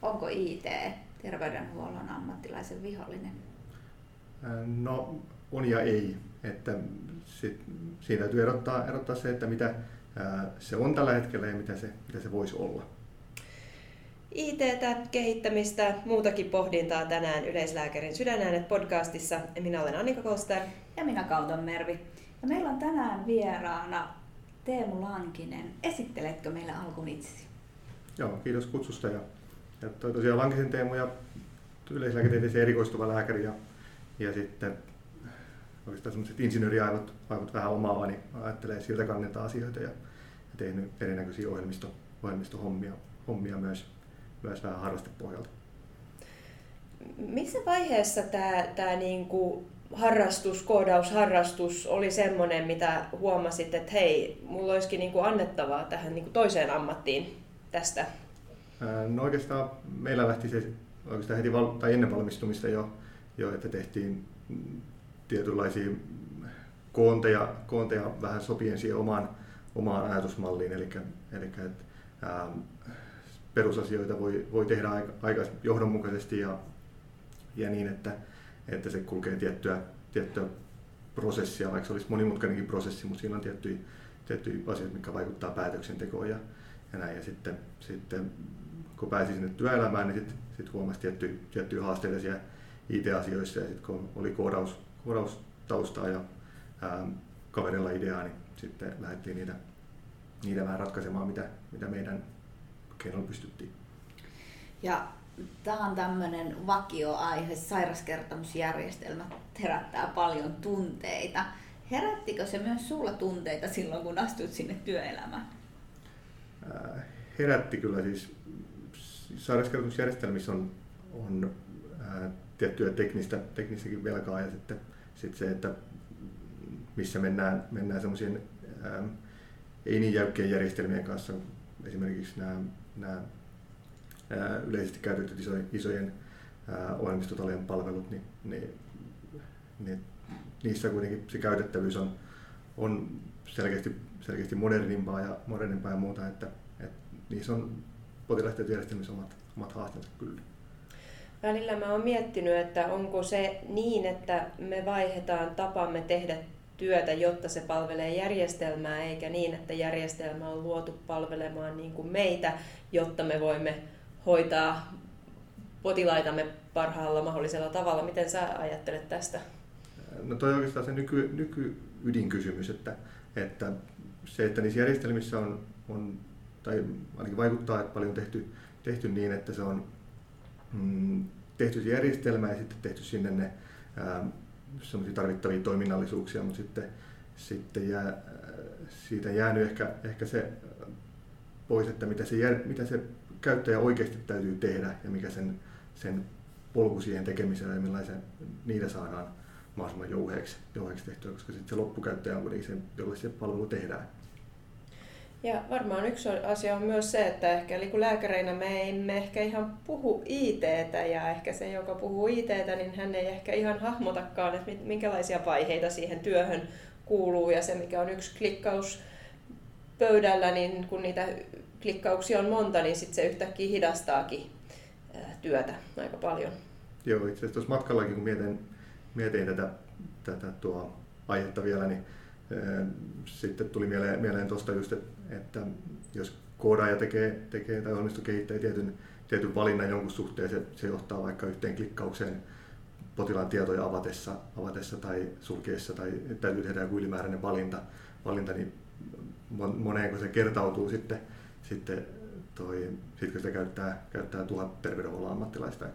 onko IT terveydenhuollon ammattilaisen vihollinen? No on ja ei. Että siinä täytyy erottaa se, että mitä se on tällä hetkellä ja mitä se voisi olla. IT:tä, kehittämistä, muutakin pohdintaa tänään Yleislääkärin Sydänäänet podcastissa. Minä olen Annika Koster. Ja minä Kauton Mervi. Ja meillä on tänään vieraana Teemu Lankinen. Esitteletkö meille alkuun itsesi? Joo, kiitos kutsusta. Ja tosiaan Lankisen Teemu ja yleislääketieteeseen erikoistuva lääkäri ja sitten oikeastaan sellaiset insinööriaivot vähän omaava, niin ajattelee siltä kannalta asioita ja tehnyt erinäköisiä ohjelmistohommia myös vähän harrastepohjalta. Missä vaiheessa tämä niinku koodausharrastus oli semmoinen, mitä huomasit, että hei, mulla olisikin niinku annettavaa tähän niinku toiseen ammattiin tästä? No oikeastaan meillä lähti se oikeastaan heti tai ennen valmistumista jo, että tehtiin tietynlaisia koonteja vähän sopien siihen omaan ajatusmalliin, eli perusasioita voi tehdä aika johdonmukaisesti ja niin, että se kulkee tiettyä prosessia, vaikka se olisi monimutkainenkin prosessi, mutta siinä on tiettyjä asioita, mitkä vaikuttaa päätöksentekoon ja näin. Ja sitten kun pääsi sinne työelämään, niin sitten huomasi tiettyjä haasteita siellä IT-asioissa ja sitten kun oli koodaus-taustaa ja kaverilla ideaa, niin sitten lähdettiin niitä vähän ratkaisemaan, mitä meidän keinoilla pystyttiin. Ja tämä on tämmöinen vakioaihe, sairaskertomusjärjestelmä herättää paljon tunteita. Herättikö se myös sulla tunteita silloin, kun astuit sinne työelämään? Herätti kyllä. Siis sairauskertomusjärjestelmissä on tiettyä teknistäkin velkaa ja sitten se, että missä mennään semmoisien ei niin jäykkien järjestelmien kanssa, esimerkiksi nämä yleisesti käytetyt isojen ohjelmistotalojen palvelut, niin niissä kuitenkin se käytettävyys on selkeästi modernimpaa ja muuta, että niissä on potilastietojärjestelmissä omat haasteensa kyllä. Välillä mä oon miettinyt, että onko se niin, että me vaihdetaan tapamme tehdä työtä, jotta se palvelee järjestelmää, eikä niin, että järjestelmä on luotu palvelemaan niin kuin meitä, jotta me voimme hoitaa potilaitamme parhaalla mahdollisella tavalla. Miten sä ajattelet tästä? No toi on oikeastaan se nykyidinkysymys, että se, että niissä järjestelmissä on tai ainakin vaikuttaa, että paljon tehty niin, että se on tehty se järjestelmä ja sitten tehty sinne ne semmoisia tarvittavia toiminnallisuuksia, mutta sitten siitä jäänyt ehkä se pois, että mitä se käyttäjä oikeasti täytyy tehdä ja mikä sen polku siihen tekemiseen ja millaisen niitä saadaan mahdollisimman jouheeksi tehtyä, koska sitten se loppukäyttäjä on kuitenkin se, jolle se palvelu tehdään. Ja varmaan yksi asia on myös se, että ehkä eli kun lääkäreinä me emme ehkä ihan puhu IT:tä ja ehkä se, joka puhuu IT:tä, niin hän ei ehkä ihan hahmotakaan, että minkälaisia vaiheita siihen työhön kuuluu ja se, mikä on yksi klikkaus pöydällä, niin kun niitä klikkauksia on monta, niin sitten se yhtäkkiä hidastaakin työtä aika paljon. Joo, itse asiassa tuossa matkallakin, kun mietin tätä aihetta vielä, niin sitten tuli mieleen tuosta just, että jos koodaaja tekee tai ohjelmistokehittäjä tietyn valinnan jonkun suhteen, se johtaa vaikka yhteen klikkaukseen potilaan tietoja avatessa tai sulkeessa tai täytyy tehdä joku ylimääräinen valinta niin moneenko se kertautuu sitten kun sitä käyttää 1000 terveydenhuollon ammattilaista.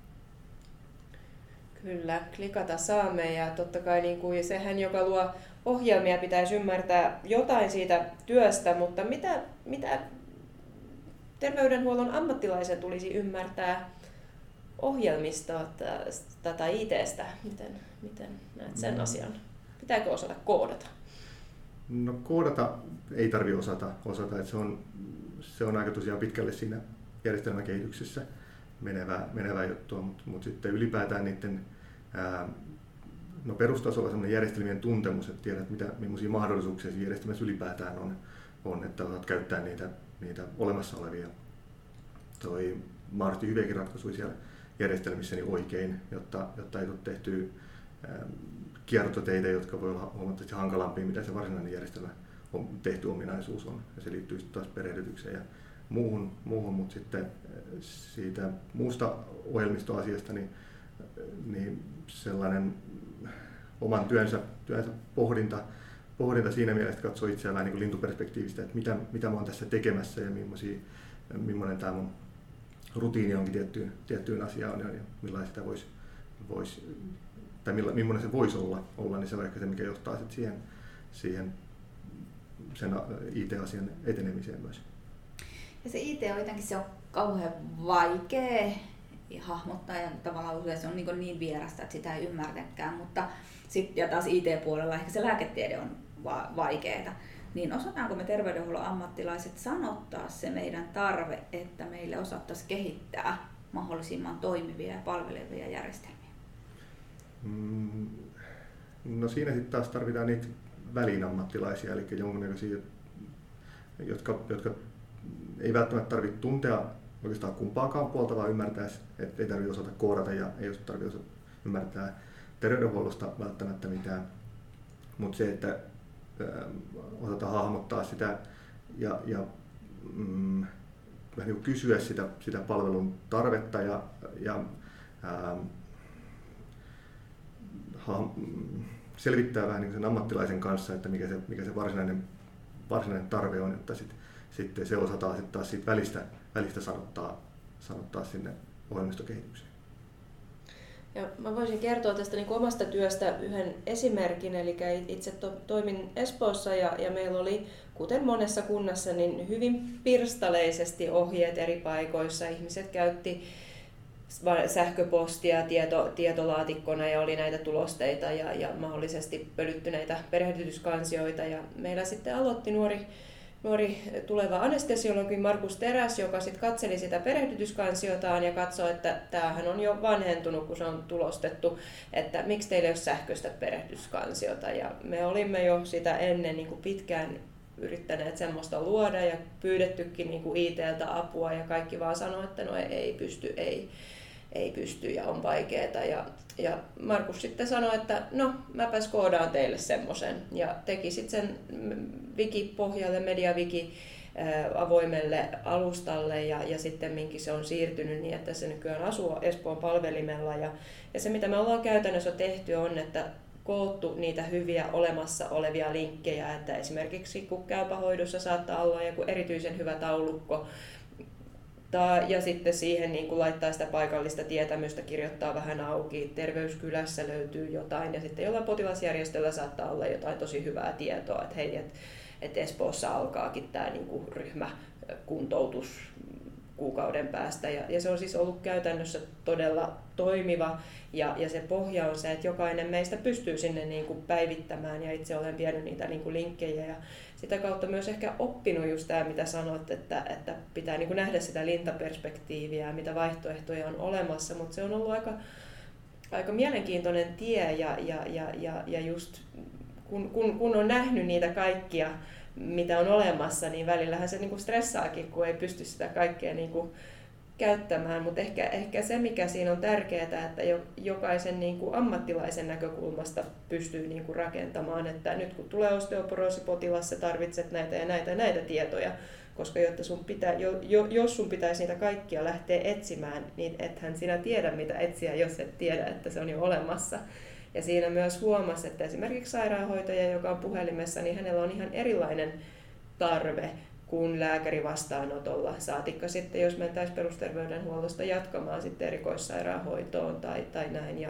Kyllä, klikata saamme ja totta kai niin kuin sehän, joka luo ohjelmia, pitäisi ymmärtää jotain siitä työstä, mutta mitä terveydenhuollon ammattilaisen tulisi ymmärtää ohjelmista tai IT:stä? Miten näet sen asian? Pitääkö osata koodata? No koodata ei tarvitse osata, että se on aika tosiaan pitkälle siinä järjestelmäkehityksessä menevää juttua, mutta sitten ylipäätään niiden perustasolla sellainen järjestelmien tuntemus, että tiedät millaisia mahdollisuuksia siinä järjestelmässä ylipäätään on, että osaat käyttää niitä olemassa olevia mahdollisesti hyviäkin ratkaisuja siellä järjestelmissä niin oikein, jotta ei tule tehtyä kiertoteitä, jotka voi olla huomattavasti hankalampia, mitä se varsinainen järjestelmä on tehty ominaisuus on. Ja se liittyy taas perehdytykseen ja muuhun, mutta sitten siitä muusta ohjelmistoasiasta niin sellainen oman työnsä pohdinta siinä mielessä, katsoo itseään vähän niin kuin lintuperspektiivistä, että mitä mä oon tässä tekemässä ja millainen tämä mun rutiini onkin tiettyyn asiaan ja millainen sitä voisi tai millainen se voisi olla, niin se on ehkä se, mikä johtaa sitten siihen sen IT-asian etenemiseen myös. Ja se IT on jotenkin se on kauhean vaikea hahmottaa ja tavallaan usein se on niin vierasta, että sitä ei ymmärtäkään, mutta ja taas IT-puolella ehkä se lääketiede on vaikeaa. Niin osataanko me terveydenhuollon ammattilaiset sanottaa se meidän tarve, että meille osattaisiin kehittää mahdollisimman toimivia ja palvelevia järjestelmiä? No siinä sitten taas tarvitaan niitä väliinammattilaisia, eli jonkunnäköisiä, jotka ei välttämättä tarvitse tuntea oikeastaan kumpaakaan puolta, vaan ymmärtäisi, että ei tarvitse osata koodata ja ei tarvitse ymmärtää terveydenhuollosta välttämättä mitään. Mutta se, että osataan hahmottaa sitä ja vähän niin kysyä sitä palvelun tarvetta ja selvittää vähän niin sen ammattilaisen kanssa, että mikä se varsinainen tarve on, jotta sitten se osataan sitten taas siitä välistä sanottaa sinne ohjelmistokehitykseen. Ja mä voisin kertoa tästä niin kuin omasta työstä yhden esimerkin, eli itse toimin Espoossa ja meillä oli, kuten monessa kunnassa, niin hyvin pirstaleisesti ohjeet eri paikoissa. Ihmiset käytti sähköpostia tietolaatikkona ja oli näitä tulosteita ja mahdollisesti pölyttyneitä perehdytyskansioita. Ja meillä sitten aloitti nuori tuleva anestesiologi Markus Teräs, joka sitten katseli sitä perehdytyskansiotaan ja katsoi, että tämähän on jo vanhentunut, kun se on tulostettu, että miksi teillä ei ole sähköistä perehdytyskansiota. Ja me olimme jo sitä ennen niin kuin pitkään yrittäneet semmoista luoda ja pyydettykin niin kuin IT:ltä apua ja kaikki vaan sanoi, että no ei pysty ja on vaikeaa. Ja Markus sitten sanoi, että no mäpäs koodaan teille semmoisen ja teki sitten sen Wiki-pohjalle, MediaWiki avoimelle alustalle ja sitten minkin se on siirtynyt niin, että se nykyään asuu Espoon palvelimella. Ja se mitä me ollaan käytännössä tehty on, että koottu niitä hyviä olemassa olevia linkkejä, että esimerkiksi kun käypähoidossa saattaa olla joku erityisen hyvä taulukko, ja sitten siihen niin kun laittaa sitä paikallista tietämystä, kirjoittaa vähän auki. Terveyskylässä löytyy jotain ja sitten jollain potilasjärjestöllä saattaa olla jotain tosi hyvää tietoa, että hei, että Espoossa alkaakin tämä niin kuin ryhmäkuntoutus kuukauden päästä. Ja se on siis ollut käytännössä todella toimiva ja se pohja on se, että jokainen meistä pystyy sinne niin kuin päivittämään ja itse olen vienyt niitä niin kuin linkkejä ja sitä kautta myös ehkä oppinut just tämä, mitä sanoit, että pitää niin kuin nähdä sitä lintaperspektiiviä, mitä vaihtoehtoja on olemassa, mutta se on ollut aika mielenkiintoinen tie ja just kun on nähnyt niitä kaikkia, mitä on olemassa, niin välillähän se niin kuin stressaakin, kun ei pysty sitä kaikkea niin kuin käyttämään, mutta ehkä se, mikä siinä on tärkeää, että jokaisen niin kuin ammattilaisen näkökulmasta pystyy niin kuin rakentamaan, että nyt kun tulee osteoporoosipotilas, sä tarvitset näitä ja näitä tietoja, koska jos sun pitäisi niitä kaikkia lähteä etsimään, niin ethän sinä tiedä, mitä etsiä, jos et tiedä, että se on jo olemassa. Ja siinä myös huomasi, että esimerkiksi sairaanhoitaja, joka on puhelimessa, niin hänellä on ihan erilainen tarve kuin lääkäri vastaanotolla. Saatikka sitten, jos mentäisiin perusterveydenhuollosta jatkamaan sitten erikoissairaanhoitoon tai näin.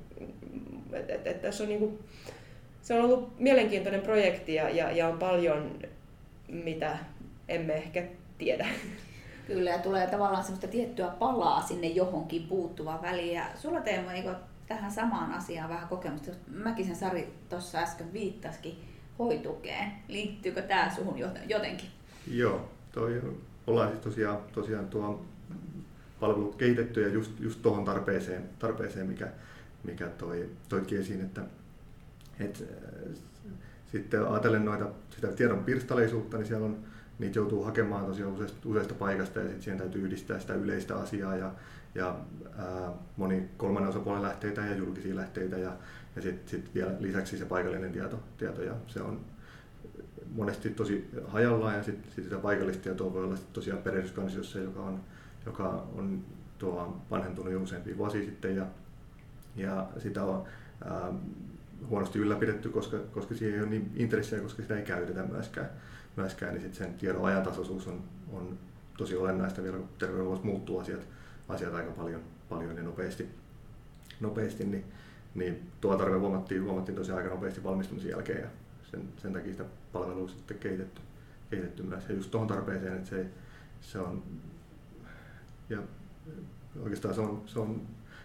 Tässä on niinku, se on ollut mielenkiintoinen projekti ja on paljon, mitä emme ehkä tiedä. Kyllä, ja tulee tavallaan semmoista tiettyä palaa sinne johonkin puuttuva väliin. Ja sulla Teemu, eikö tähän samaan asiaan vähän kokemusta? Mäkisen Sari tuossa äsken viittasikin hoitukeen. Liittyykö tämä suhun jotenkin? Joo, ollaan siis tosiaan tuo palvelut kehitetty ja just tuohon tarpeeseen mikä toikin esiin, että sitten ajatellen sitä tiedon pirstaleisuutta, niin siellä niitä joutuu hakemaan tosiaan useasta paikasta ja sitten siihen täytyy yhdistää sitä yleistä asiaa ja moni kolmannen osapuolen lähteitä ja julkisia lähteitä ja sitten vielä lisäksi se paikallinen tieto ja se on monesti tosi hajallaan ja sitten sitä paikallista tietoa voi olla tosiaan perehdytyskansiossa, joka on vanhentunut jo useampia vuosia sitten ja sitä on huonosti ylläpidetty, koska siihen ei ole niin intressejä, koska sitä ei käytetä myöskään niin sit sen tiedon ajantasaisuus on tosi olennaista vielä, kun terveydenhuollossa muuttuu asiat aika paljon ja nopeasti niin tuo tarve huomattiin tosiaan aika nopeasti valmistumisen jälkeen ja sen takia sitä palvelua sitten kehitetty myös ja just tuohon tarpeeseen, että se on ja oikeastaan se on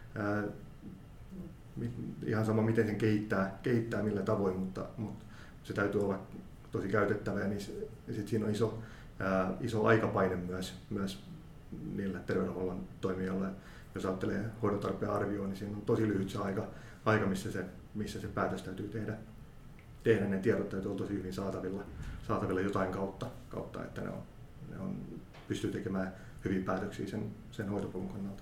ihan sama miten sen kehittää millä tavoin, mutta se täytyy olla tosi käytettävä ja sit siinä on iso aikapaine myös niillä terveydenhuollon toimijoilla. Jos ajattelee hoidontarpeen arvioon, niin siinä on tosi lyhyt se aika missä se päätös täytyy tehdä. Ne tiedot täytyy olla tosi hyvin saatavilla jotain kautta että ne pystyy tekemään hyviä päätöksiä sen hoitopolun kannalta.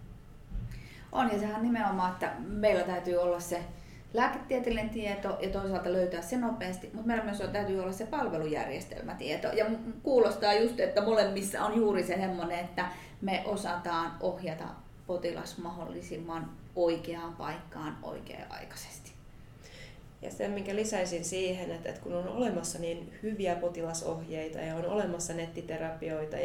On, ja sehän nimenomaan, että meillä täytyy olla se lääketieteellinen tieto ja toisaalta löytää se nopeasti, mutta meillä myös täytyy olla se palvelujärjestelmätieto. Ja kuulostaa just, että molemmissa on juuri se semmoinen, että me osataan ohjata potilas mahdollisimman oikeaan paikkaan oikea-aikaisesti. Ja sen, minkä lisäisin siihen, että kun on olemassa niin hyviä potilasohjeita ja on olemassa nettiterapioita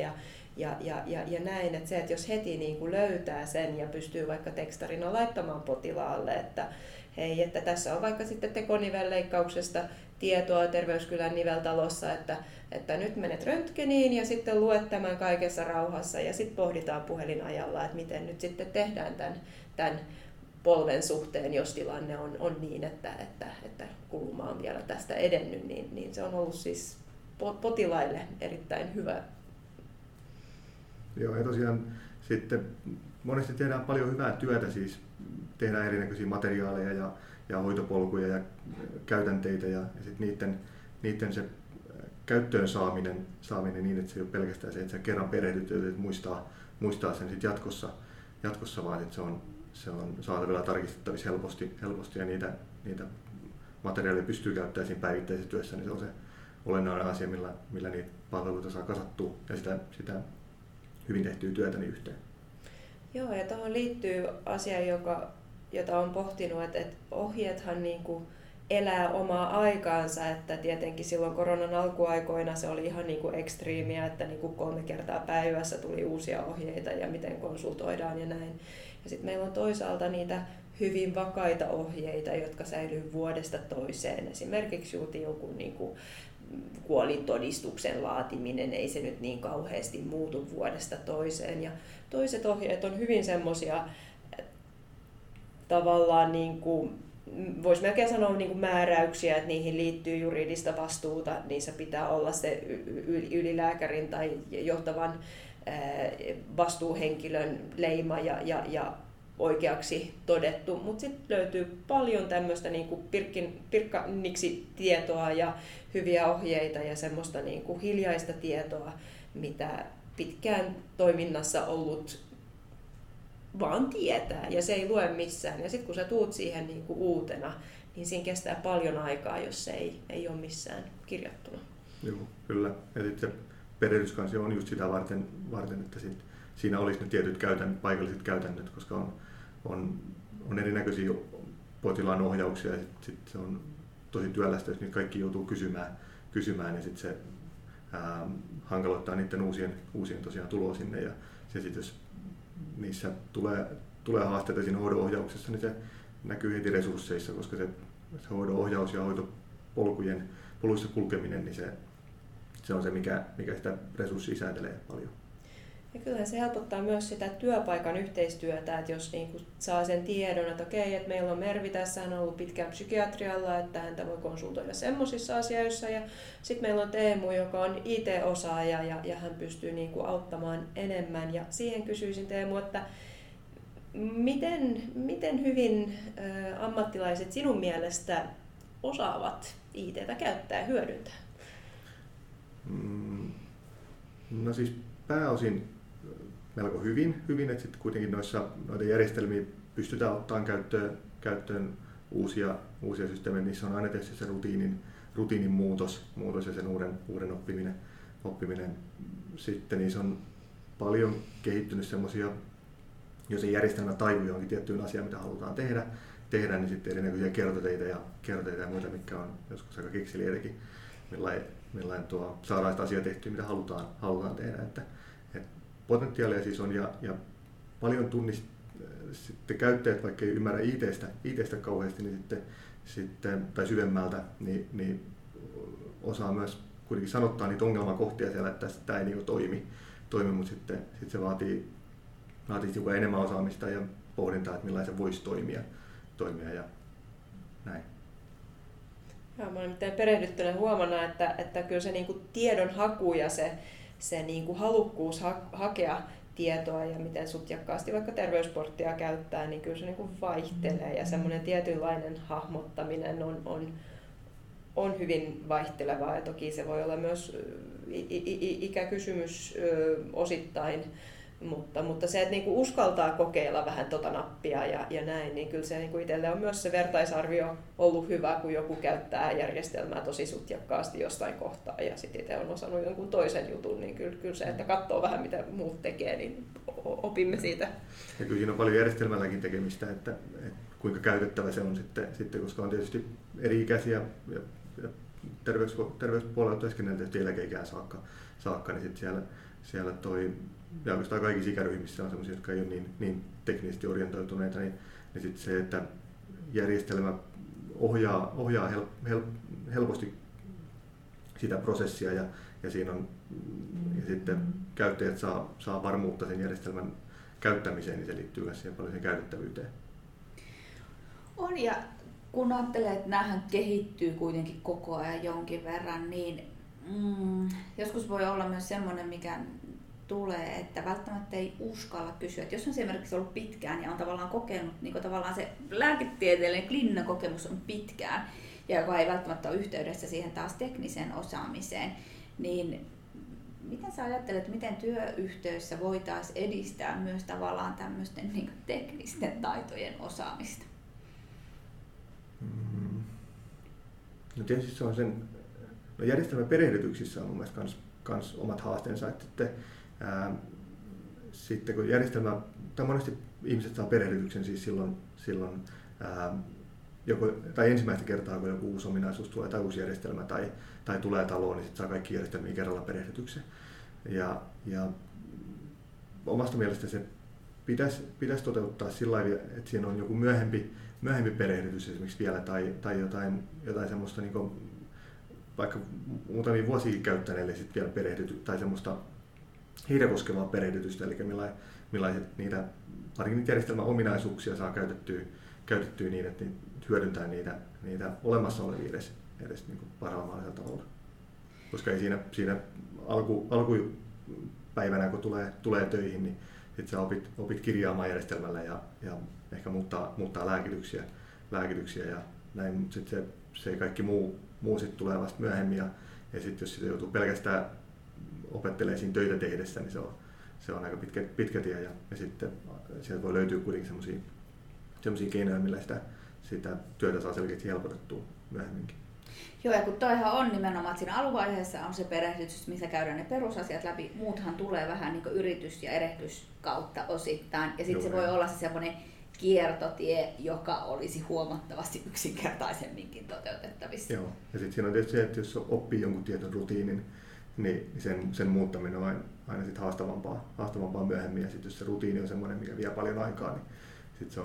ja näin, että se, että jos heti niin kuin löytää sen ja pystyy vaikka tekstarina laittamaan potilaalle, että hei, että tässä on vaikka sitten tekonivelleikkauksesta tietoa Terveyskylän niveltalossa, että nyt menet röntgeniin ja sitten luet tämän kaikessa rauhassa ja sitten pohditaan puhelinajalla, että miten nyt sitten tehdään tämän polven suhteen, jos tilanne on niin, että kulma on vielä tästä edennyt, niin se on ollut siis potilaille erittäin hyvä. Joo, ja tosiaan sitten monesti tehdään paljon hyvää työtä, siis tehdään erinäköisiä materiaaleja ja hoitopolkuja ja käytänteitä ja sitten niiden se käyttöön saaminen niin, että se ei ole pelkästään se, että sä kerran perehdyt ja muistaa sen sit jatkossa vaan, että se on saatavilla tarkistettavissa helposti ja niitä materiaaleja pystyy käyttämään siinä päivittäisessä työssä, niin se on se olennainen asia, millä niitä palveluita saa kasattua ja sitä hyvin tehtyä työtä niin yhteen. Joo, ja tuohon liittyy asia, jota on pohtinut, että ohjeethan niin kuin elää omaa aikaansa, että tietenkin silloin koronan alkuaikoina se oli ihan niin kuin ekstriimiä, että niin kuin 3 kertaa päivässä tuli uusia ohjeita ja miten konsultoidaan ja näin. Ja sitten meillä on toisaalta niitä hyvin vakaita ohjeita, jotka säilyy vuodesta toiseen. Esimerkiksi joku niin kuin kuolintodistuksen laatiminen, ei se nyt niin kauheasti muutu vuodesta toiseen. Ja toiset ohjeet on hyvin semmoisia tavallaan, niin kuin, voisi melkein sanoa niin kuin määräyksiä, että niihin liittyy juridista vastuuta, niissä pitää olla se ylilääkärin tai johtavan vastuuhenkilön leima ja oikeaksi todettu, mutta sitten löytyy paljon tämmöistä niinku pirkkaniksi tietoa ja hyviä ohjeita ja semmoista niinku hiljaista tietoa, mitä pitkään toiminnassa ollut vaan tietää ja se ei lue missään. Ja sitten kun sä tuut siihen niinku uutena, niin siinä kestää paljon aikaa, jos se ei ole missään kirjattuna. Joo, kyllä. Ja sitten se perehdytyskansio on just sitä varten että siinä olisi ne tietyt paikalliset käytännöt, koska on erinäköisiä potilaan ohjauksia ja sit se on tosi työlästä, jos niitä kaikki joutuu kysymään niin sitten se hankaloittaa niiden uusien tosiaan tuloa sinne ja se sit, jos niissä tulee haasteita siinä hoidon ohjauksessa, niin se näkyy heti resursseissa, koska se hoidon ohjaus ja hoitopoluissa kulkeminen, niin se on se, mikä sitä resurssia säätelee paljon. Ja kyllä se helpottaa myös sitä työpaikan yhteistyötä, että jos niinku saa sen tiedon, että okei, että meillä on Mervi tässä, hän on ollut pitkään psykiatrialla, että häntä voi konsultoida semmoisissa asioissa. Ja sitten meillä on Teemu, joka on IT-osaaja ja hän pystyy niinku auttamaan enemmän. Ja siihen kysyisin Teemu, että miten hyvin ammattilaiset sinun mielestä osaavat IT:tä käyttää ja hyödyntää? No siis pääosin melko hyvin, että sitten kuitenkin noita järjestelmiä pystytään ottamaan käyttöön uusia systeemejä. Niissä on aina tietysti se rutiinin muutos ja sen uuden oppiminen. Sitten niissä on paljon kehittynyt semmoisia, jos se järjestelmä taipuu johonkin tiettyyn asiaan, mitä halutaan tehdä, niin sitten erinäköisiä kertoteitä ja muita, mitkä on joskus aika kekseliäitäkin, millain saadaan sitä asiaa tehtyä, mitä halutaan tehdä. Että potentiaalia siis on ja paljon sitten käyttäjät, vaikka ei ymmärrä IT:stä kauheasti, niin sitten tai syvemmältä, niin osaa myös kuitenkin sanottaa niitä ongelmakohtia siellä, että tämä ei niin toimi, mutta sitten se vaatii hiukan enemmän osaamista ja pohdintaa, että millainen se voisi toimia ja näin. Joo, mä olen perehdyttyneen huomannut, että kyllä se niinku tiedon haku ja se niinku halukkuus hakea tietoa ja miten sutjakkaasti vaikka terveysporttia käyttää, niin kyllä se niinku vaihtelee ja semmoinen tietynlainen hahmottaminen on hyvin vaihtelevaa ja toki se voi olla myös ikäkysymys osittain, mutta se, että niinku uskaltaa kokeilla vähän tota nappia ja näin, niin kyllä se niinku itselle on myös se vertaisarvio ollut hyvä, kun joku käyttää järjestelmää tosi sutjakkaasti jostain kohtaa ja sitten itse on osannut jonkun toisen jutun, niin kyllä se, että katsoo vähän mitä muut tekee, niin opimme siitä. Ja kyllä siinä on paljon järjestelmälläkin tekemistä, että kuinka käytettävä se on sitten koska on tietysti eri-ikäisiä ja terveyspuolella työskennellä eläkeikään saakka, niin sitten siellä ja oikeastaan kaikissa ikäryhmissä on sellaisia, jotka ei ole niin teknisesti orientoituneita, niin sitten se, että järjestelmä ohjaa helposti sitä prosessia ja siinä on ja sitten käyttäjät saa varmuutta sen järjestelmän käyttämiseen, niin se liittyy myös siihen paljon sen käytettävyyteen. On, ja kun ajattelee, että näähän kehittyy kuitenkin koko ajan jonkin verran, niin joskus voi olla myös semmoinen, mikä tulee, että välttämättä ei uskalla kysyä. Että jos on esimerkiksi ollut pitkään ja on tavallaan kokenut, niin tavallaan se lääketieteellinen kliininen kokemus on pitkään, ja joka ei välttämättä ole yhteydessä siihen taas tekniseen osaamiseen, niin miten sä ajattelet, miten työyhteisössä voitaisiin edistää myös tavallaan tämmöisten niin teknisten taitojen osaamista? No tietysti se on järjestelmän perehdytyksissä on mun mielestä kans omat haasteensa, että sitten kun järjestelmä, tai monesti ihmiset saa perehdytyksen siis silloin tai ensimmäistä kertaa, kun joku uusi ominaisuus tulee tai uusi järjestelmä tai tulee taloon, niin sitten saa kaikki järjestelmiä kerralla perehdytyksen. Ja omasta mielestä se pitäisi toteuttaa sillä lailla, että siinä on joku myöhempi perehdytys esimerkiksi vielä tai jotain semmoista niin kuin, vaikka muutamia vuosia käyttäneille sitten vielä perehdyty tai semmoista heitä koskevaa perehdytystä, eli millaiset niitä järjestelmän ominaisuuksia saa käytettyä niin, että hyödyntää niitä olemassa olevia edes niin kuin parhaalla mahdollisella tavalla. Koska ei siinä alkupäivänä, kun tulee töihin, niin sit sä opit kirjaamaan järjestelmällä ja ehkä muuttaa lääkityksiä ja näin, mutta sitten se kaikki muu sit tulee vasta myöhemmin ja sitten jos sitä joutuu pelkästään opettelemaan siinä töitä tehdessä, niin se on aika pitkä tie ja sitten sieltä voi löytyä kuitenkin semmoisia keinoja, millä sitä työtä saa selkeästi helpotettua myöhemminkin. Joo, ja kun toihan on nimenomaan, että siinä aluvaiheessa on se perehdytys, missä käydään ne perusasiat läpi. Muuthan tulee vähän niin kuin yritys- ja erehdys kautta osittain. Ja sitten se voi olla se semmoinen kiertotie, joka olisi huomattavasti yksinkertaisemminkin toteutettavissa. Joo, ja sitten siinä on tietysti se, että jos oppii jonkun tietyn rutiinin, niin sen muuttaminen on aina sit haastavampaa myöhemmin. Ja sitten jos se rutiini on semmoinen, mikä vie paljon aikaa, niin sit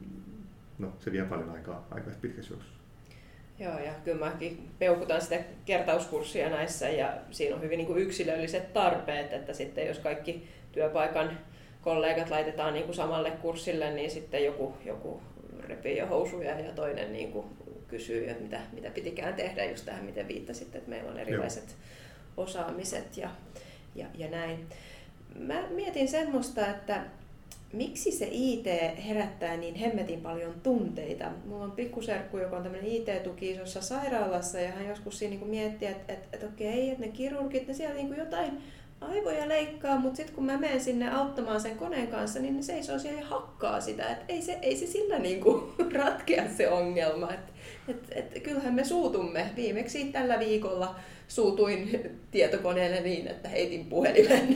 se vie paljon aikaa pitkässä juoksussa. Joo, ja kyllä mäkin peukutan sitä kertauskurssia näissä ja siinä on hyvin niin kuin yksilölliset tarpeet, että sitten jos kaikki työpaikan kollegat laitetaan niin kuin samalle kurssille, niin sitten joku repii jo housuja ja toinen niin kuin kysyy, että mitä pitikään tehdä just tähän, miten viittasit, että meillä on erilaiset osaamiset ja näin. Mä mietin semmoista, että miksi se IT herättää niin hemmetin paljon tunteita? Mulla on pikkuserkku, joka on tämmöinen IT-tuki isossa sairaalassa ja hän joskus siinä niin miettii, että okei, että ne kirurgit, ne siellä niin jotain aivoja leikkaa, mutta sitten kun mä menen sinne auttamaan sen koneen kanssa, niin ne seisoo siellä ja hakkaa sitä. Et ei se sillä niinku ratkea se ongelma. Et kyllähän me suutumme. Viimeksi tällä viikolla suutuin tietokoneelle niin, että heitin puhelimen.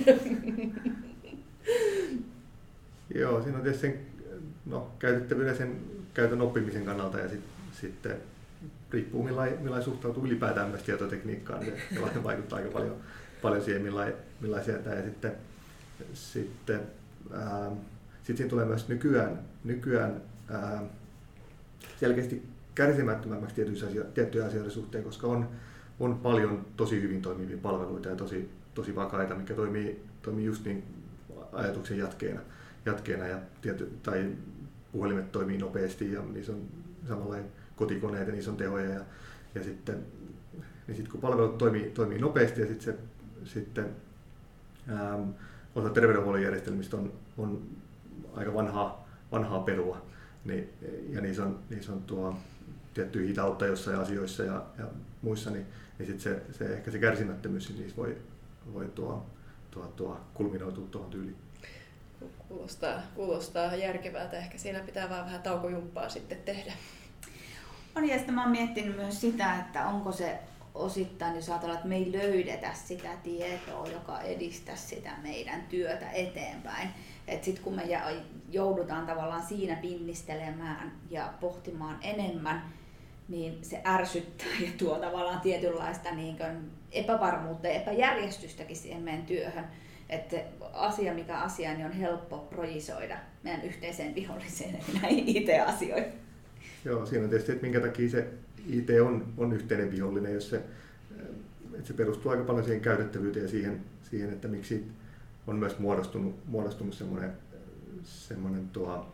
Joo, siinä on tietysti sen käytettävyyden sen käytön oppimisen kannalta ja sitten riippuu millainen suhtautuu ylipäätään myös tietotekniikkaan, niin se vaikuttaa aika paljon siihen, millaisia tämä. Ja sitten siinä tulee myös nykyään selkeästi kärsimättömämmäksi tiettyjä asioiden suhteen, koska on paljon tosi hyvin toimivia palveluita ja tosi vakaita, mikä toimii just niin ajatuksen jatkeena ja tai puhelimet toimii nopeasti ja niissä on samanlainen kotikoneet ja niissä on tehoja ja sitten kun palvelut toimii nopeasti ja sitten osa terveydenhuollon järjestelmistä on aika vanhaa perua ja niissä on tiettyjä hitautta jossain asioissa ja muissa, niin sitten se ehkä se kärsimättömyys niin niissä voi kulminoitua tuohon tyyliin. Kuulostaa järkevältä. Ehkä siinä pitää vaan vähän taukojumppaa sitten tehdä. On, ja sitten mä oon miettinyt myös sitä, että onko se osittain, jos ajatellaan, että me ei löydetä sitä tietoa, joka edistää sitä meidän työtä eteenpäin. Että sitten kun me joudutaan tavallaan siinä pinnistelemään ja pohtimaan enemmän, niin se ärsyttää ja tuo tavallaan tietynlaista niin kuin epävarmuutta ja epäjärjestystäkin siihen meidän työhön. Että asia mikä asia, niin on helppo projisoida meidän yhteiseen viholliseen näihin IT-asioihin. Joo, siinä on tietysti, että minkä takia se IT on yhteinen vihollinen, jos se perustuu aika paljon siihen käytettävyyteen ja siihen että miksi on myös muodostunut semmoinen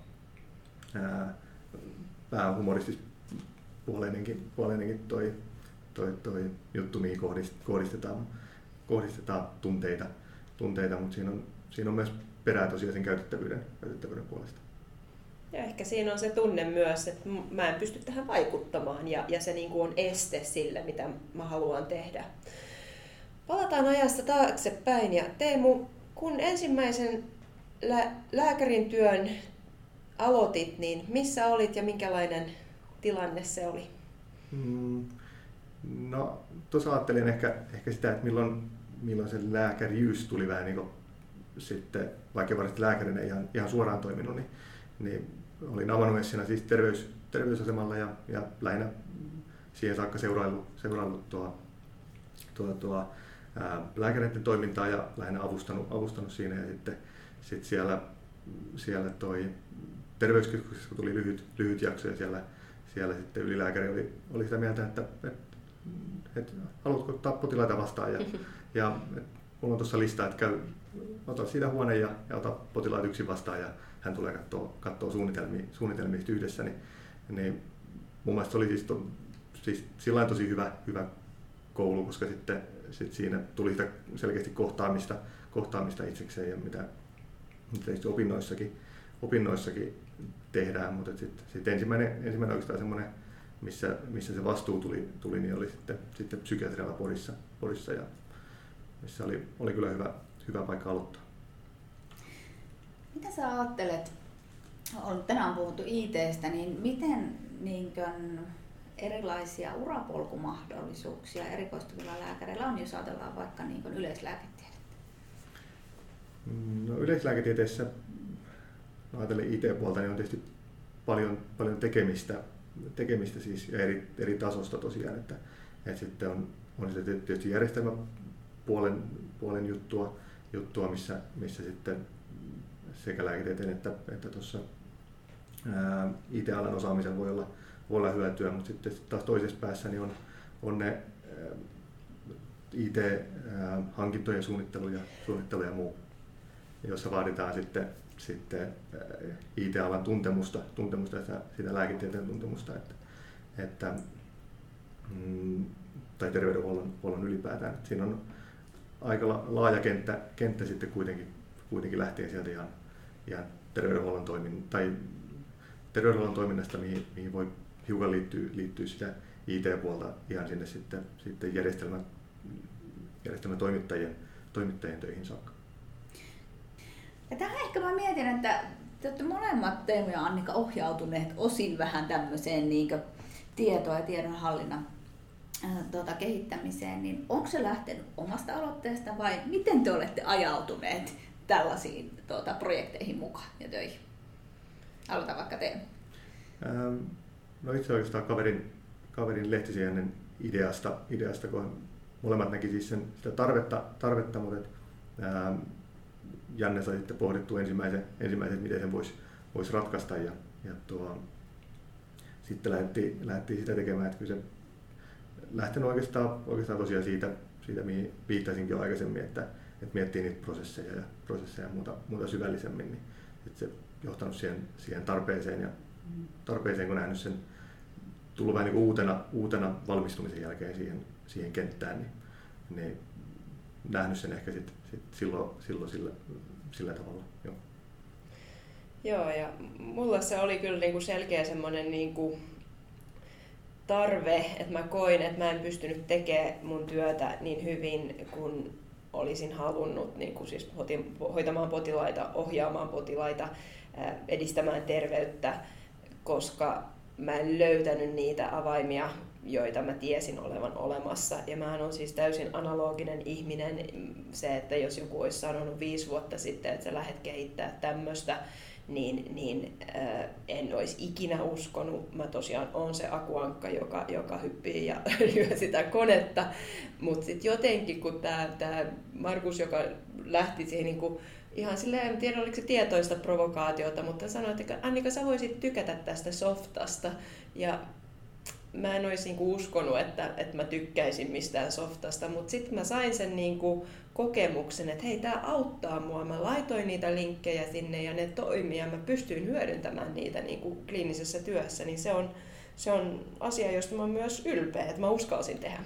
vähän humoristispuoleinenkin toi juttu, mihin kohdistetaan tunteita, mutta siinä on myös perää tosiaan sen käytettävyyden puolesta. Ja ehkä siinä on se tunne myös, että mä en pysty tähän vaikuttamaan ja se niin kuin on este sille, mitä mä haluan tehdä. Palataan ajasta taaksepäin ja Teemu, kun ensimmäisen lääkärin työn aloitit, niin missä olit ja minkälainen tilanne se oli? No, tuossa ajattelin ehkä sitä, että milloin se lääkäriys tuli vähän niin kuin sitten, vaikka varsinaisesti lääkärinä ihan suoraan toiminut, niin olin amanuenssina siis terveysasemalla ja lähinnä siihen saakka seuraillut lääkäreiden toimintaa ja lähinnä avustanut siinä ja sitten siellä toi terveyskeskuksessa kun tuli lyhyt jakso ja siellä sitten ylilääkäri oli sitä mieltä, että haluatko ottaa potilaita vastaan ja mulla on tuossa lista, että ota siitä huone ja ota potilaat yksin vastaan ja hän tulee katsoa suunnitelmia yhdessä, niin mun mielestä se oli siis sillain tosi hyvä koulu, koska sitten siinä tuli sitä selkeästi kohtaamista itsekseen ja mitä opinnoissakin tehdään, mutta sitten ensimmäinen oikeastaan semmoinen, missä se vastuu tuli niin oli sitten psykiatrialla Porissa ja missä oli kyllä hyvä paikka aloittaa. Mitä sä ajattelet, tänään on puhuttu IT:stä, niin miten erilaisia urapolkumahdollisuuksia erikoistuvilla lääkäreillä on, jos ajatellaan vaikka yleislääketiedettä? No, yleislääketieteessä ajatellen IT-puolta niin on tietysti paljon tekemistä siis ja eri tasosta tosiaan, että sitten on se tietysti järjestelmäpuolen juttua missä sitten sekä lääketieteen että tuossa IT-alan osaamisen voi olla hyötyä, mutta sitten taas toisessa päässä niin on ne IT-hankintojen suunnittelu ja muu, jossa vaaditaan sitten IT-alan tuntemusta ja sitä lääketieteen tuntemusta, tai terveydenhuollon ylipäätään. Siinä on aika laaja kenttä sitten kuitenkin lähtien sieltä ihan terveydenhuollon toiminnasta, mihin voi hiukan liittyä sitä IT-puolta ihan sinne sitten järjestelmätoimittajien toimittajien töihin saakka. Ja tähän ehkä mä mietin, että te olette molemmat, Teemu ja Annika, ohjautuneet osin vähän tämmöiseen niin tietoa ja tiedonhallinnan kehittämiseen, niin onko se lähtenyt omasta aloitteesta vai miten te olette ajautuneet tällaisiin projekteihin mukaan ja töihin? Aloita vaikka Teemu. No itse oikeastaan kaverin Lehtisiennen ideasta, kun molemmat näki siis sitä tarvetta, mutta Janne sai sitten pohdittua ensimmäiset miten sen voisi ratkaista ja sitten lähdettiin sitä tekemään, että kyllä se lähtenyt oikeastaan tosiaan siitä mihin viittasinkin jo aikaisemmin, että miettii niitä prosesseja ja muuta syvällisemmin, niin se johtanut siihen tarpeeseen, kun nähnyt sen tullut vähän niin kuin uutena valmistumisen jälkeen siihen kenttään, niin nähnyt sen ehkä sit silloin sillä tavalla. Joo, ja mulla se oli kyllä niinku selkeä semmoinen niinku tarve, että mä koin, että mä en pystynyt tekemään mun työtä niin hyvin kuin olisin halunnut, niin kuin siis hoitamaan potilaita, ohjaamaan potilaita, edistämään terveyttä, koska mä en löytänyt niitä avaimia, joita mä tiesin olevan olemassa. Ja mähän on siis täysin analoginen ihminen. Se, että jos joku olisi sanonut 5 vuotta sitten, että sä lähdet kehittämään tämmöistä, niin en olisi ikinä uskonut. Mä tosiaan olen se akuankka, joka hyppii ja lyö sitä konetta. Mutta sitten jotenkin, kun tämä Markus, joka lähti siihen niinku ihan silleen, en tiedä oliko se tietoista provokaatiota, mutta sanoi, että Annika, sä voisit tykätä tästä softasta. Ja mä en olisi niinku uskonut, että mä tykkäisin mistään softasta, mutta sitten mä sain sen niinku kokemuksen, että hei, tää auttaa mua. Mä laitoin niitä linkkejä sinne ja ne toimii ja mä pystyin hyödyntämään niitä niinku kliinisessä työssä, niin se on asia, josta mä oon myös ylpeä, että mä uskalsin tehdä.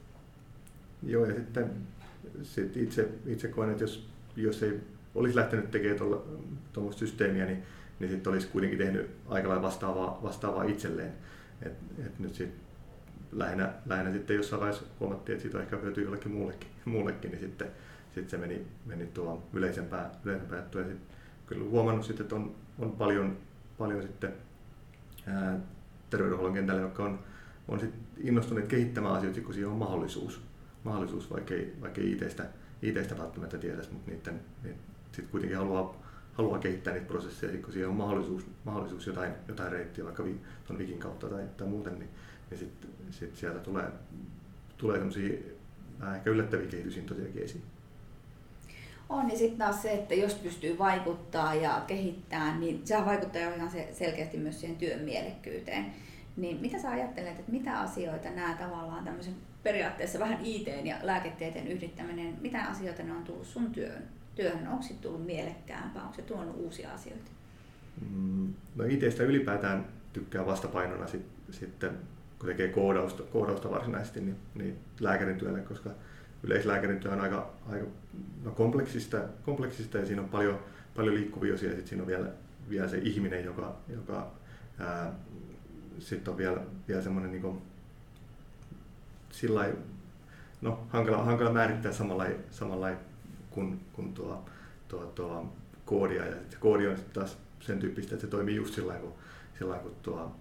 Joo, ja sitten itse koen, että jos ei olisi lähtenyt tekemään tuommoista systeemiä, niin sitten olisi kuitenkin tehnyt aika lailla vastaavaa itselleen. Et nyt sit lähinnä sitten jossain vaiheessa huomattiin, että siitä on ehkä hyötyä jollekin muullekin, niin sitten se meni tuohon yleisempään juttuun. Ja kyllä huomannut sitten, että on paljon sitten terveydenhuollon kentällä, jotka on sit innostuneet kehittämään asioita, kun siihen on mahdollisuus vaikka IT:stä välttämättä tietäisi, mutta niitä sitten kuitenkin haluaa kehittää niitä prosesseja, kun siihen on mahdollisuus jotain reittiä vaikka tuon Wikin kautta tai muuten, niin sit sieltä tulee sellaisia ehkä yllättäviä kehitysintoisiakin esiin. On, ja sitten taas se, että jos pystyy vaikuttaa ja kehittää, niin sehän vaikuttaa jo ihan selkeästi myös siihen työn mielekkyyteen. Niin mitä sä ajattelet, että mitä asioita nämä tavallaan tämmöisen periaatteessa vähän IT:n ja lääketieteen yhdittäminen, mitä asioita ne on tullut sun työhön? Onko se tullut mielekkäämpää? Onko se tuonut uusia asioita? No IT:stä ylipäätään tykkää vastapainona sitten, kun tekee koodausta varsinaisesti, niin lääkärin työlle, koska yleislääkärin työ on aika kompleksista ja siinä on paljon liikkuvia osia ja sitten siinä on vielä se ihminen, joka sitten on vielä semmoinen niin sillai, hankala määrittää samalla kuin tuo koodia, ja se koodi on sitten taas sen tyyppistä, että se toimii just sillä kun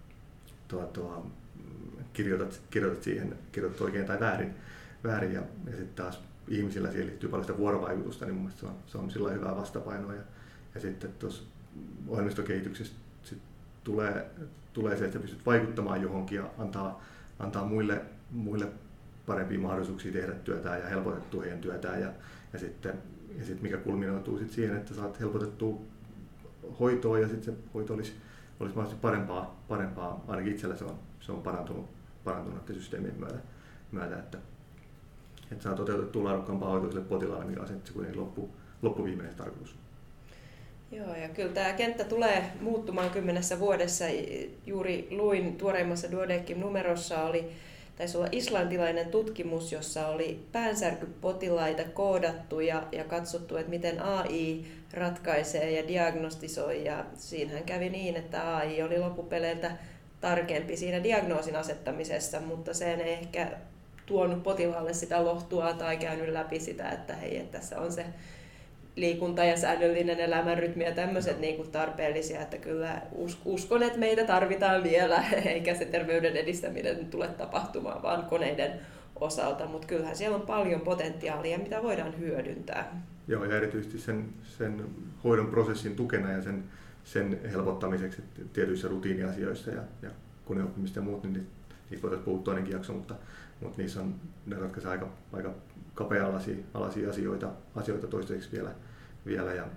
kirjoitat siihen oikein tai väärin ja sitten taas ihmisillä siihen liittyy paljon sitä vuorovaikutusta, niin mun mielestä se on sillä hyvää vastapainoa ja sitten tuossa ohjelmistokehityksessä tulee se, että pystyt vaikuttamaan johonkin ja antaa muille parempia mahdollisuuksia tehdä työtään ja helpotettua heidän työtään ja sitten mikä kulminoituu sit siihen, että saat helpotettua hoitoa ja sitten se hoito olisi mahdollisesti parempaa. Ainakin itsellä se on parantunut systeemien myötä että saa toteutettua laadukkaampaa hoitoa sille potilaalle, mikä on se kuitenkin loppuviimeinen tarkoitus. Joo, ja kyllä tämä kenttä tulee muuttumaan 10 vuodessa. Juuri luin tuoreimmassa Duodeckim-numerossa taisi olla islantilainen tutkimus, jossa oli päänsärkypotilaita koodattu ja katsottu, että miten AI ratkaisee ja diagnostisoi. Ja siinähän kävi niin, että AI oli loppupeleiltä tarkempi siinä diagnoosin asettamisessa, mutta sen ei ehkä tuonut potilaalle sitä lohtua tai käynyt läpi sitä, että hei, että tässä on se liikunta ja säännöllinen elämänrytmi ja tämmöiset niin tarpeellisia, että kyllä uskon, että meitä tarvitaan vielä, eikä se terveyden edistäminen tule tapahtumaan vaan koneiden osalta, mutta kyllähän siellä on paljon potentiaalia, mitä voidaan hyödyntää. Joo, ja erityisesti sen hoidon prosessin tukena ja sen helpottamiseksi tietyissä rutiiniasioissa ja koneoppimista ja muut, niin niistä voitaisiin puhua toinenkin jakso, mutta niissä ne ratkaisee aika kapea-alaisia asioita toistaiseksi vielä ja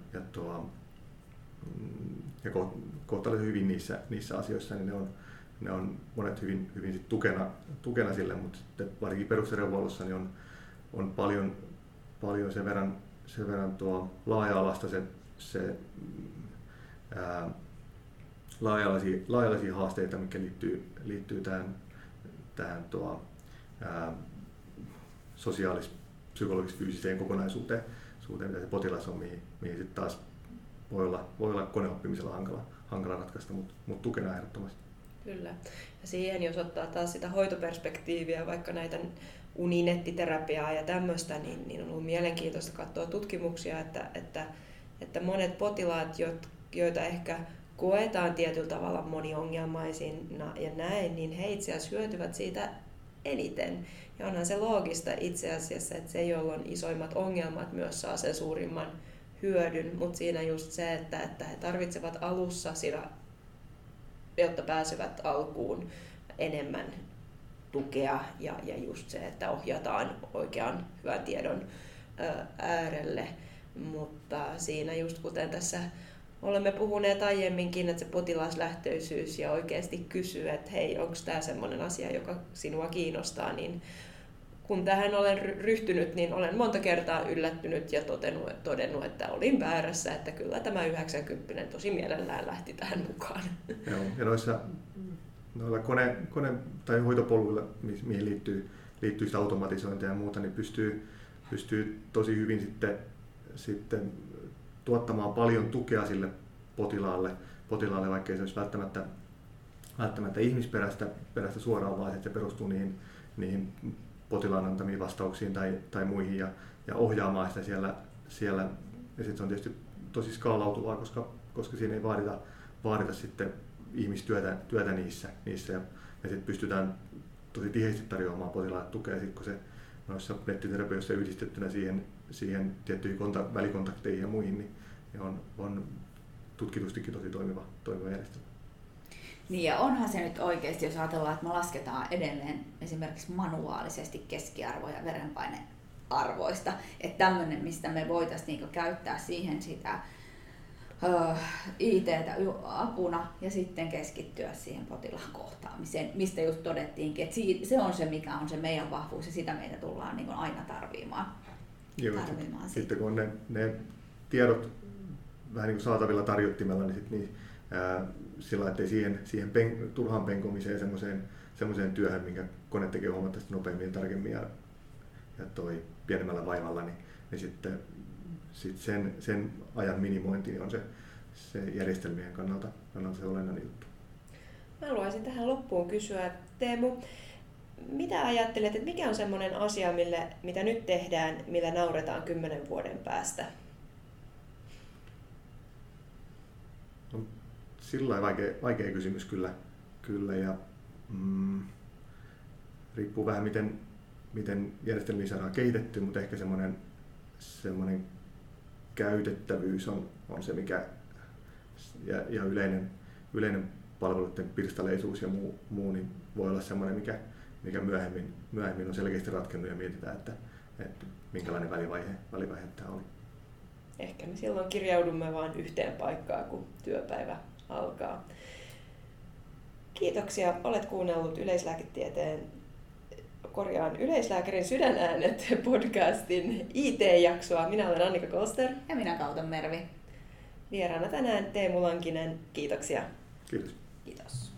kohtalaisen hyvin niissä asioissa, niin ne on monet hyvin sit tukena sille, mutta sitten varsinkin perusterveydenhuollossa niin on paljon sen verran laaja-alaista laaja-alaisia haasteita, mitkä liittyy tähän sosiaalis-, psykologiseen, fyysiseen kokonaisuuteen, mitä se potilas on, mihin sitten taas voi olla koneoppimisella hankala ratkaista, mutta tukena ehdottomasti. Kyllä. Ja siihen, jos ottaa taas sitä hoitoperspektiiviä, vaikka näitä uninettiterapiaa ja tämmöistä, niin on ollut mielenkiintoista katsoa tutkimuksia, että monet potilaat, joita ehkä koetaan tietyllä tavalla moniongelmaisina ja näin, niin he itse asiassa hyötyvät siitä eniten. Ja onhan se loogista itse asiassa, että se, jolla on isoimmat ongelmat, myös saa sen suurimman hyödyn, mutta siinä just se, että he tarvitsevat alussa siinä, jotta pääsevät alkuun, enemmän tukea ja just se, että ohjataan oikean hyvän tiedon äärelle. Mutta siinä just kuten tässä olemme puhuneet aiemminkin, että se potilaslähtöisyys ja oikeasti kysyy, että hei, onko tämä semmoinen asia, joka sinua kiinnostaa, niin kun tähän olen ryhtynyt, niin olen monta kertaa yllättynyt ja todennut, että olin väärässä, että kyllä tämä 90 tosi mielellään lähti tähän mukaan. Joo, ja noilla kone- tai hoitopoluilla, mihin liittyy sitä automatisointia ja muuta, niin pystyy tosi hyvin sitten tuottamaan paljon tukea sille potilaalle, vaikka ei se olisi välttämättä ihmisperäistä suoraan, vaan se perustuu niihin potilaan antamiin vastauksiin tai muihin ja ohjaamaan sitä siellä. Ja sitten se on tietysti tosi skaalautuvaa, koska siinä ei vaadita sitten ihmistyötä niissä ja sitten pystytään tosi tiheästi tarjoamaan potilaalle tukea, sit kun se noissa nettiterapioissa yhdistettynä siihen tiettyihin välikontakteihin ja muihin, niin on tutkitustikin tosi toimiva järjestelmä. Niin ja onhan se nyt oikeasti, jos ajatellaan, että me lasketaan edelleen esimerkiksi manuaalisesti keskiarvoja verenpainearvoista, että tämmöinen, mistä me voitaisiin niinku käyttää siihen sitä IT:tä apuna ja sitten keskittyä siihen potilaan kohtaamiseen, mistä just todettiinkin, että se on se, mikä on se meidän vahvuus ja sitä meitä tullaan niin kuin aina tarvimaan. Joo, sitten kun on ne tiedot vähän niin kuin saatavilla tarjottimella, niin sillä ettei siihen turhaan penkomiseen semmoiseen työhön, minkä kone tekee huomattavasti nopeammin ja tarkemmin ja toi pienemmällä vaivalla, niin sitten sen ajan minimointi niin on se järjestelmien kannalta se olennainen juttu. Mä haluaisin tähän loppuun kysyä, Teemu, mitä ajattelet, että mikä on semmoinen asia, mitä nyt tehdään, millä nauretaan 10 vuoden päästä? On sillä vaikea kysymys kyllä ja riippuu vähän miten järjestelmiä saadaan kehitetty, mutta ehkä semmoinen käytettävyys on se, mikä ja yleinen palveluiden pirstaleisuus ja muu niin voi olla semmoinen, mikä myöhemmin on selkeästi ratkennut ja mietitään, että minkälainen välivaihe tämä oli. Ehkä me silloin kirjaudumme vain yhteen paikkaan, kun työpäivä alkaa. Kiitoksia. Olet kuunnellut Yleislääkärin sydänäänet podcastin IT-jaksoa. Minä olen Annika Koster. Ja minä Kauton Mervi. Vieraana tänään Teemu Lankinen. Kiitoksia. Kiitos. Kiitos.